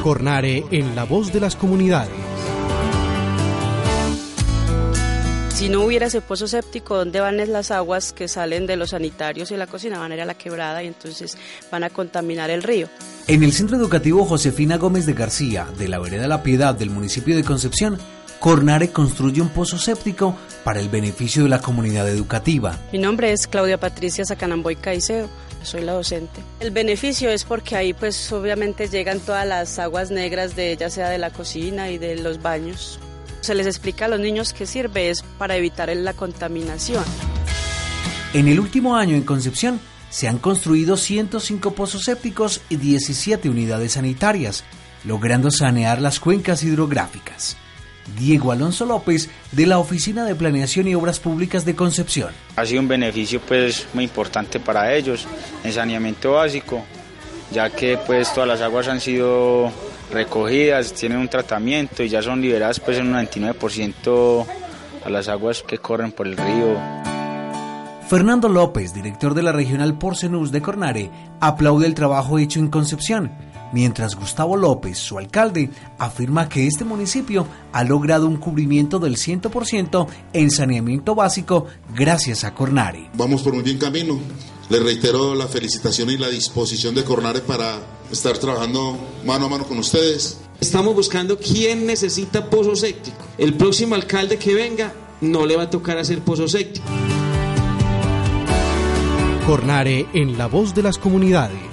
Cornare en la voz de las comunidades. Si no hubiera ese pozo séptico, ¿dónde van las aguas que salen de los sanitarios y la cocina? Van a ir a la quebrada y entonces van a contaminar el río. En el Centro Educativo Josefina Gómez de García, de la vereda La Piedad del municipio de Concepción, Cornare construye un pozo séptico para el beneficio de la comunidad educativa. Mi nombre es Claudia Patricia Sacanamboy Caicedo, soy la docente. El beneficio es porque ahí pues obviamente llegan todas las aguas negras ya sea de la cocina y de los baños. Se les explica a los niños qué sirve, es para evitar la contaminación. En el último año en Concepción se han construido 105 pozos sépticos y 17 unidades sanitarias, logrando sanear las cuencas hidrográficas. Diego Alonso López, de la Oficina de Planeación y Obras Públicas de Concepción. Ha sido un beneficio pues muy importante para ellos en saneamiento básico, ya que pues todas las aguas han sido recogidas, tienen un tratamiento y ya son liberadas pues en un 99% a las aguas que corren por el río. Fernando López, director de la Regional Porcenús de Cornare, aplaude el trabajo hecho en Concepción, mientras Gustavo López, su alcalde, afirma que este municipio ha logrado un cubrimiento del 100% en saneamiento básico gracias a Cornare. Vamos por un buen camino. Les reitero la felicitación y la disposición de Cornare para estar trabajando mano a mano con ustedes. Estamos buscando quién necesita pozo séptico. El próximo alcalde que venga no le va a tocar hacer pozo séptico. Cornare en la voz de las comunidades.